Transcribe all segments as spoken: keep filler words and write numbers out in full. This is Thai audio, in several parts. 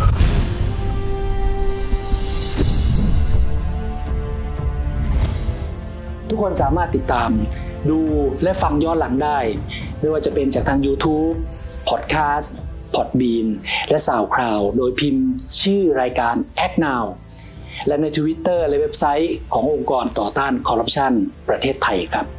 ทุกคนสามารถติดตามดูและฟังย้อนหลังได้ไม่ว่าจะเป็นจากทาง YouTube Podcast Podbean และ SoundCloud โดยพิมพ์ชื่อรายการ Act Now และใน Twitter และเว็บไซต์ขององค์กรต่อต้านคอร์รัปชันประเทศไทยครับ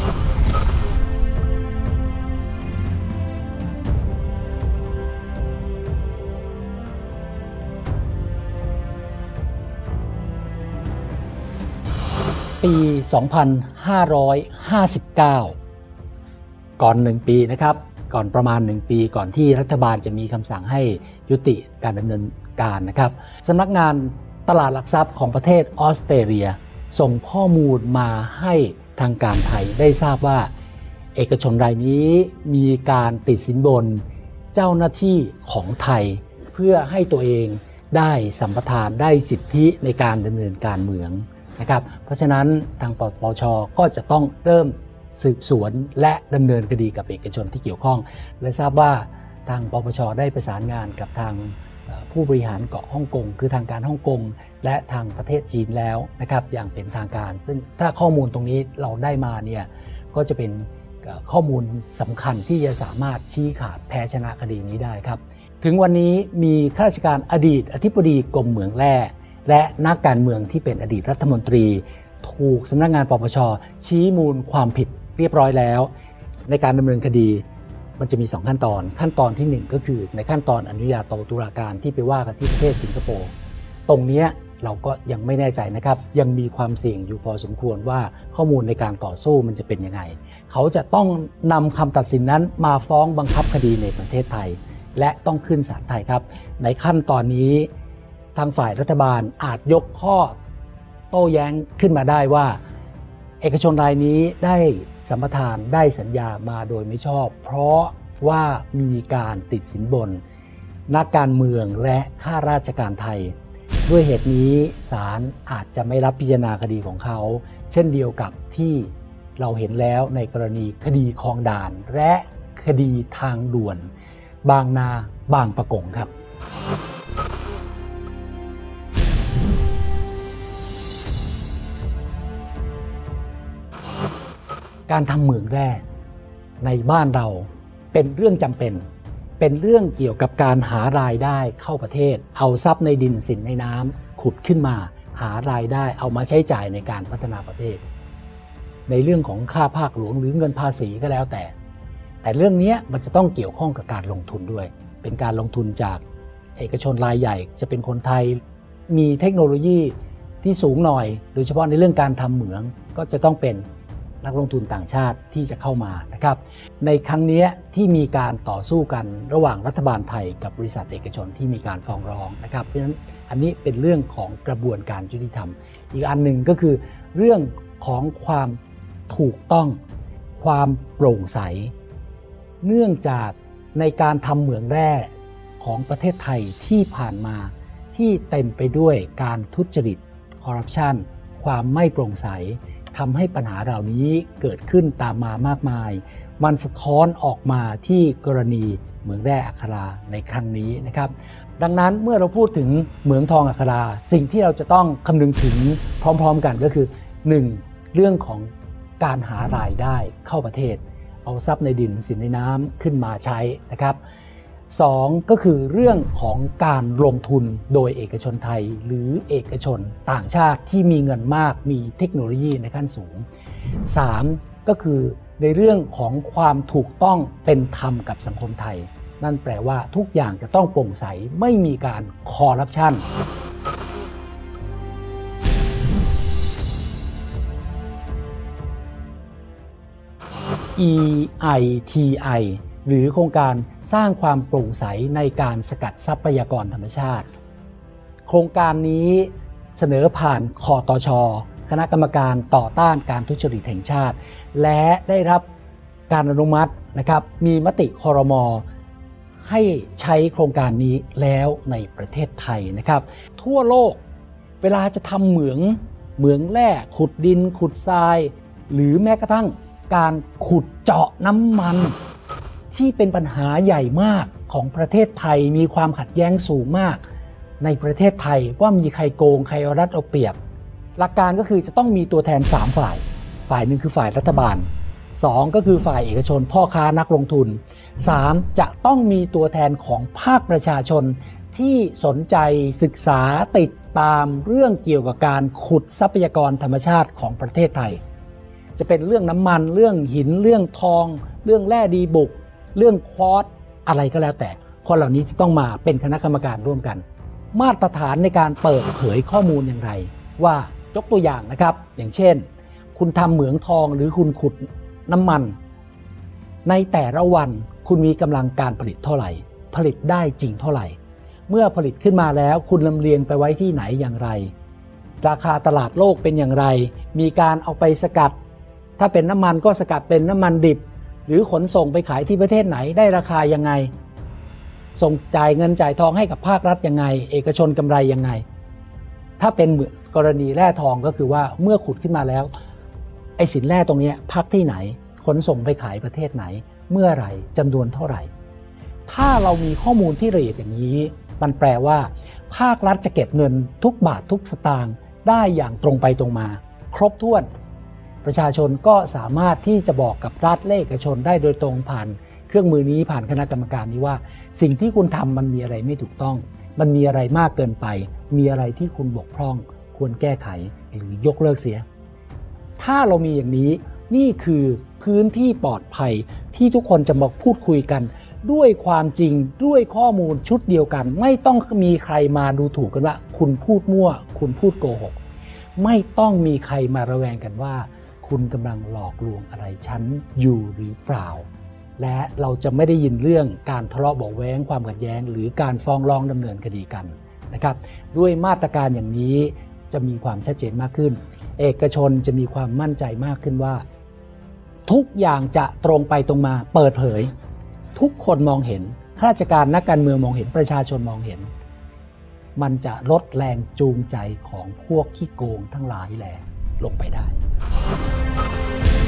ปี สองพันห้าร้อยห้าสิบเก้า ก่อนหนึ่งปีนะครับก่อนประมาณหนึ่งปีก่อนที่รัฐบาลจะมีคำสั่งให้ยุติการดำเนินการนะครับสำนักงานตลาดหลักทรัพย์ของประเทศออสเตรเลียส่งข้อมูลมาให้ทางการไทยได้ทราบว่าเอกชนรายนี้มีการติดสินบนเจ้าหน้าที่ของไทยเพื่อให้ตัวเองได้สัมปทานได้สิทธิในการดำเนินการเมืองนะครับเพราะฉะนั้นทางปปช.ก็จะต้องเริ่มสืบสวนและดำเนินคดีกับเอกชนที่เกี่ยวข้องและทราบว่าทางปปช.ได้ประสานงานกับทางผู้บริหารเกาะฮ่องกงคือทางการฮ่องกงและทางประเทศจีนแล้วนะครับอย่างเป็นทางการซึ่งถ้าข้อมูลตรงนี้เราได้มาเนี่ยก็จะเป็นข้อมูลสำคัญที่จะสามารถชี้ขาดแพ้ชนะคดีนี้ได้ครับถึงวันนี้มีข้าราชการอดีตอธิบดีกรมเหมืองแร่และนักการเมืองที่เป็นอดีตรัฐมนตรีถูกสำนักงานปปช.ชี้มูลความผิดเรียบร้อยแล้วในการดำเนินคดีมันจะมีสองขั้นตอนขั้นตอนที่หนึ่งก็คือในขั้นตอนอนุญาโตตุลาการที่ไปว่ากันที่ประเทศสิงคโปร์ตรงนี้เราก็ยังไม่แน่ใจนะครับยังมีความเสี่ยงอยู่พอสมควรว่าข้อมูลในการต่อสู้มันจะเป็นยังไงเขาจะต้องนำคำตัดสินนั้นมาฟ้องบังคับคดีในประเทศไทยและต้องขึ้นศาลไทยครับในขั้นตอนนี้ทางฝ่ายรัฐบาลอาจยกข้อโต้แย้งขึ้นมาได้ว่าเอกชนรายนี้ได้สัมปทานได้สัญญามาโดยไม่ชอบเพราะว่ามีการติดสินบนนักการเมืองและข้าราชการไทยด้วยเหตุนี้ศาลอาจจะไม่รับพิจารณาคดีของเขาเช่นเดียวกับที่เราเห็นแล้วในกรณีคดีคลองด่านและคดีทางด่วนบางนาบางปะกงครับการทำเหมืองแร่ในบ้านเราเป็นเรื่องจำเป็นเป็นเรื่องเกี่ยวกับการหารายได้เข้าประเทศเอาทรัพย์ในดินสินในน้ำขุดขึ้นมาหารายได้เอามาใช้จ่ายในการพัฒนาประเทศในเรื่องของค่าภาคหลวงหรือเงินภาษีก็แล้วแต่แต่เรื่องนี้มันจะต้องเกี่ยวข้องกับการลงทุนด้วยเป็นการลงทุนจากเอกชนรายใหญ่จะเป็นคนไทยมีเทคโนโลยีที่สูงหน่อยโดยเฉพาะในเรื่องการทำเหมืองก็จะต้องเป็นนักลงทุนต่างชาติที่จะเข้ามานะครับในครั้งนี้ที่มีการต่อสู้กันระหว่างรัฐบาลไทยกับบริษัทเอกชนที่มีการฟ้องร้องนะครับเพราะฉะนั้นอันนี้เป็นเรื่องของกระบวนการยุติธรรมอีกอันหนึ่งก็คือเรื่องของความถูกต้องความโปร่งใสเนื่องจากในการทำเหมืองแร่ของประเทศไทยที่ผ่านมาที่เต็มไปด้วยการทุจริตคอร์รัปชันความไม่โปร่งใสทำให้ปัญหาเหล่านี้เกิดขึ้นตามมามากมายมันสะท้อนออกมาที่กรณีเหมืองแร่อัคราในครั้งนี้นะครับดังนั้นเมื่อเราพูดถึงเหมืองทองอัคราสิ่งที่เราจะต้องคำนึงถึงพร้อมๆกันก็คือหนึ่งเรื่องของการหารายได้เข้าประเทศเอาทรัพย์ในดินสินในน้ำขึ้นมาใช้นะครับสองก็คือเรื่องของการลงทุนโดยเอกชนไทยหรือเอกชนต่างชาติที่มีเงินมากมีเทคโนโลยีในขั้นสูงสามก็คือในเรื่องของความถูกต้องเป็นธรรมกับสังคมไทยนั่นแปลว่าทุกอย่างจะต้องโปร่งใสไม่มีการคอร์รัปชัน อี ไอ ที ไอ หรือโครงการสร้างความโปร่งใสในการสกัดทรัพยากรธรรมชาติโครงการนี้เสนอผ่านคตช.คณะกรรมการต่อต้านการทุจริตแห่งชาติและได้รับการอนุมัตินะครับมีมติครม.ให้ใช้โครงการนี้แล้วในประเทศไทยนะครับทั่วโลกเวลาจะทำเหมืองเหมืองแร่ขุดดินขุดทรายหรือแม้กระทั่งการขุดเจาะน้ำมันที่เป็นปัญหาใหญ่มากของประเทศไทยมีความขัดแย้งสูงมากในประเทศไทยว่ามีใครโกงใครเอารัดเอาเปรียบหลักการก็คือจะต้องมีตัวแทนสามฝ่ายฝ่ายหนึ่งคือฝ่ายรัฐบาลสองก็คือฝ่ายเอกชนพ่อค้านักลงทุนสามจะต้องมีตัวแทนของภาคประชาชนที่สนใจศึกษาติดตามเรื่องเกี่ยวกับการขุดทรัพยากรธรรมชาติของประเทศไทยจะเป็นเรื่องน้ำมันเรื่องหินเรื่องทองเรื่องแร่ดีบุกเรื่องควอตซ์อะไรก็แล้วแต่คนเหล่านี้จะต้องมาเป็นคณะกรรมการร่วมกันมาตรฐานในการเปิดเผยข้อมูลอย่างไรว่ายกตัวอย่างนะครับอย่างเช่นคุณทำเหมืองทองหรือคุณขุดน้ำมันในแต่ละวันคุณมีกำลังการผลิตเท่าไหร่ผลิตได้จริงเท่าไหร่เมื่อผลิตขึ้นมาแล้วคุณลำเลียงไปไว้ที่ไหนอย่างไรราคาตลาดโลกเป็นอย่างไรมีการเอาไปสกัดถ้าเป็นน้ำมันก็สกัดเป็นน้ำมันดิบหรือขนส่งไปขายที่ประเทศไหนได้ราคายังไงส่งจ่ายเงินจ่ายทองให้กับภาครัฐยังไงเอกชนกำไรยังไงถ้าเป็นกรณีแร่ทองก็คือว่าเมื่อขุดขึ้นมาแล้วไอ้สินแร่ตรงนี้พักที่ไหนขนส่งไปขายประเทศไหนเมื่อไหร่จำนวนเท่าไหร่ถ้าเรามีข้อมูลที่ละเอียดอย่างนี้มันแปลว่าภาครัฐจะเก็บเงินทุกบาททุกสตางค์ได้อย่างตรงไปตรงมาครบถ้วนประชาชนก็สามารถที่จะบอกกับรัฐและเอกชนได้โดยตรงผ่านเครื่องมือนี้ผ่านคณะกรรมการนี้ว่าสิ่งที่คุณทำมันมีอะไรไม่ถูกต้องมันมีอะไรมากเกินไปมีอะไรที่คุณบกพร่องควรแก้ไขหรือยกเลิกเสียถ้าเรามีอย่างนี้นี่คือพื้นที่ปลอดภัยที่ทุกคนจะมาพูดคุยกันด้วยความจริงด้วยข้อมูลชุดเดียวกันไม่ต้องมีใครมาดูถูกกันว่าคุณพูดมั่วคุณพูดโกหกไม่ต้องมีใครมาระแวงกันว่าคุณกำลังหลอกลวงอะไรฉันอยู่หรือเปล่าและเราจะไม่ได้ยินเรื่องการทะเลาะเบาะแว้งความขัดแย้งหรือการฟ้องร้องดำเนินคดีกันนะครับด้วยมาตรการอย่างนี้จะมีความชัดเจนมากขึ้นเอกชนจะมีความมั่นใจมากขึ้นว่าทุกอย่างจะตรงไปตรงมาเปิดเผยทุกคนมองเห็นข้าราชการนักการเมืองมองเห็นประชาชนมองเห็นมันจะลดแรงจูงใจของพวกขี้โกงทั้งหลายแหล่ลงไปได้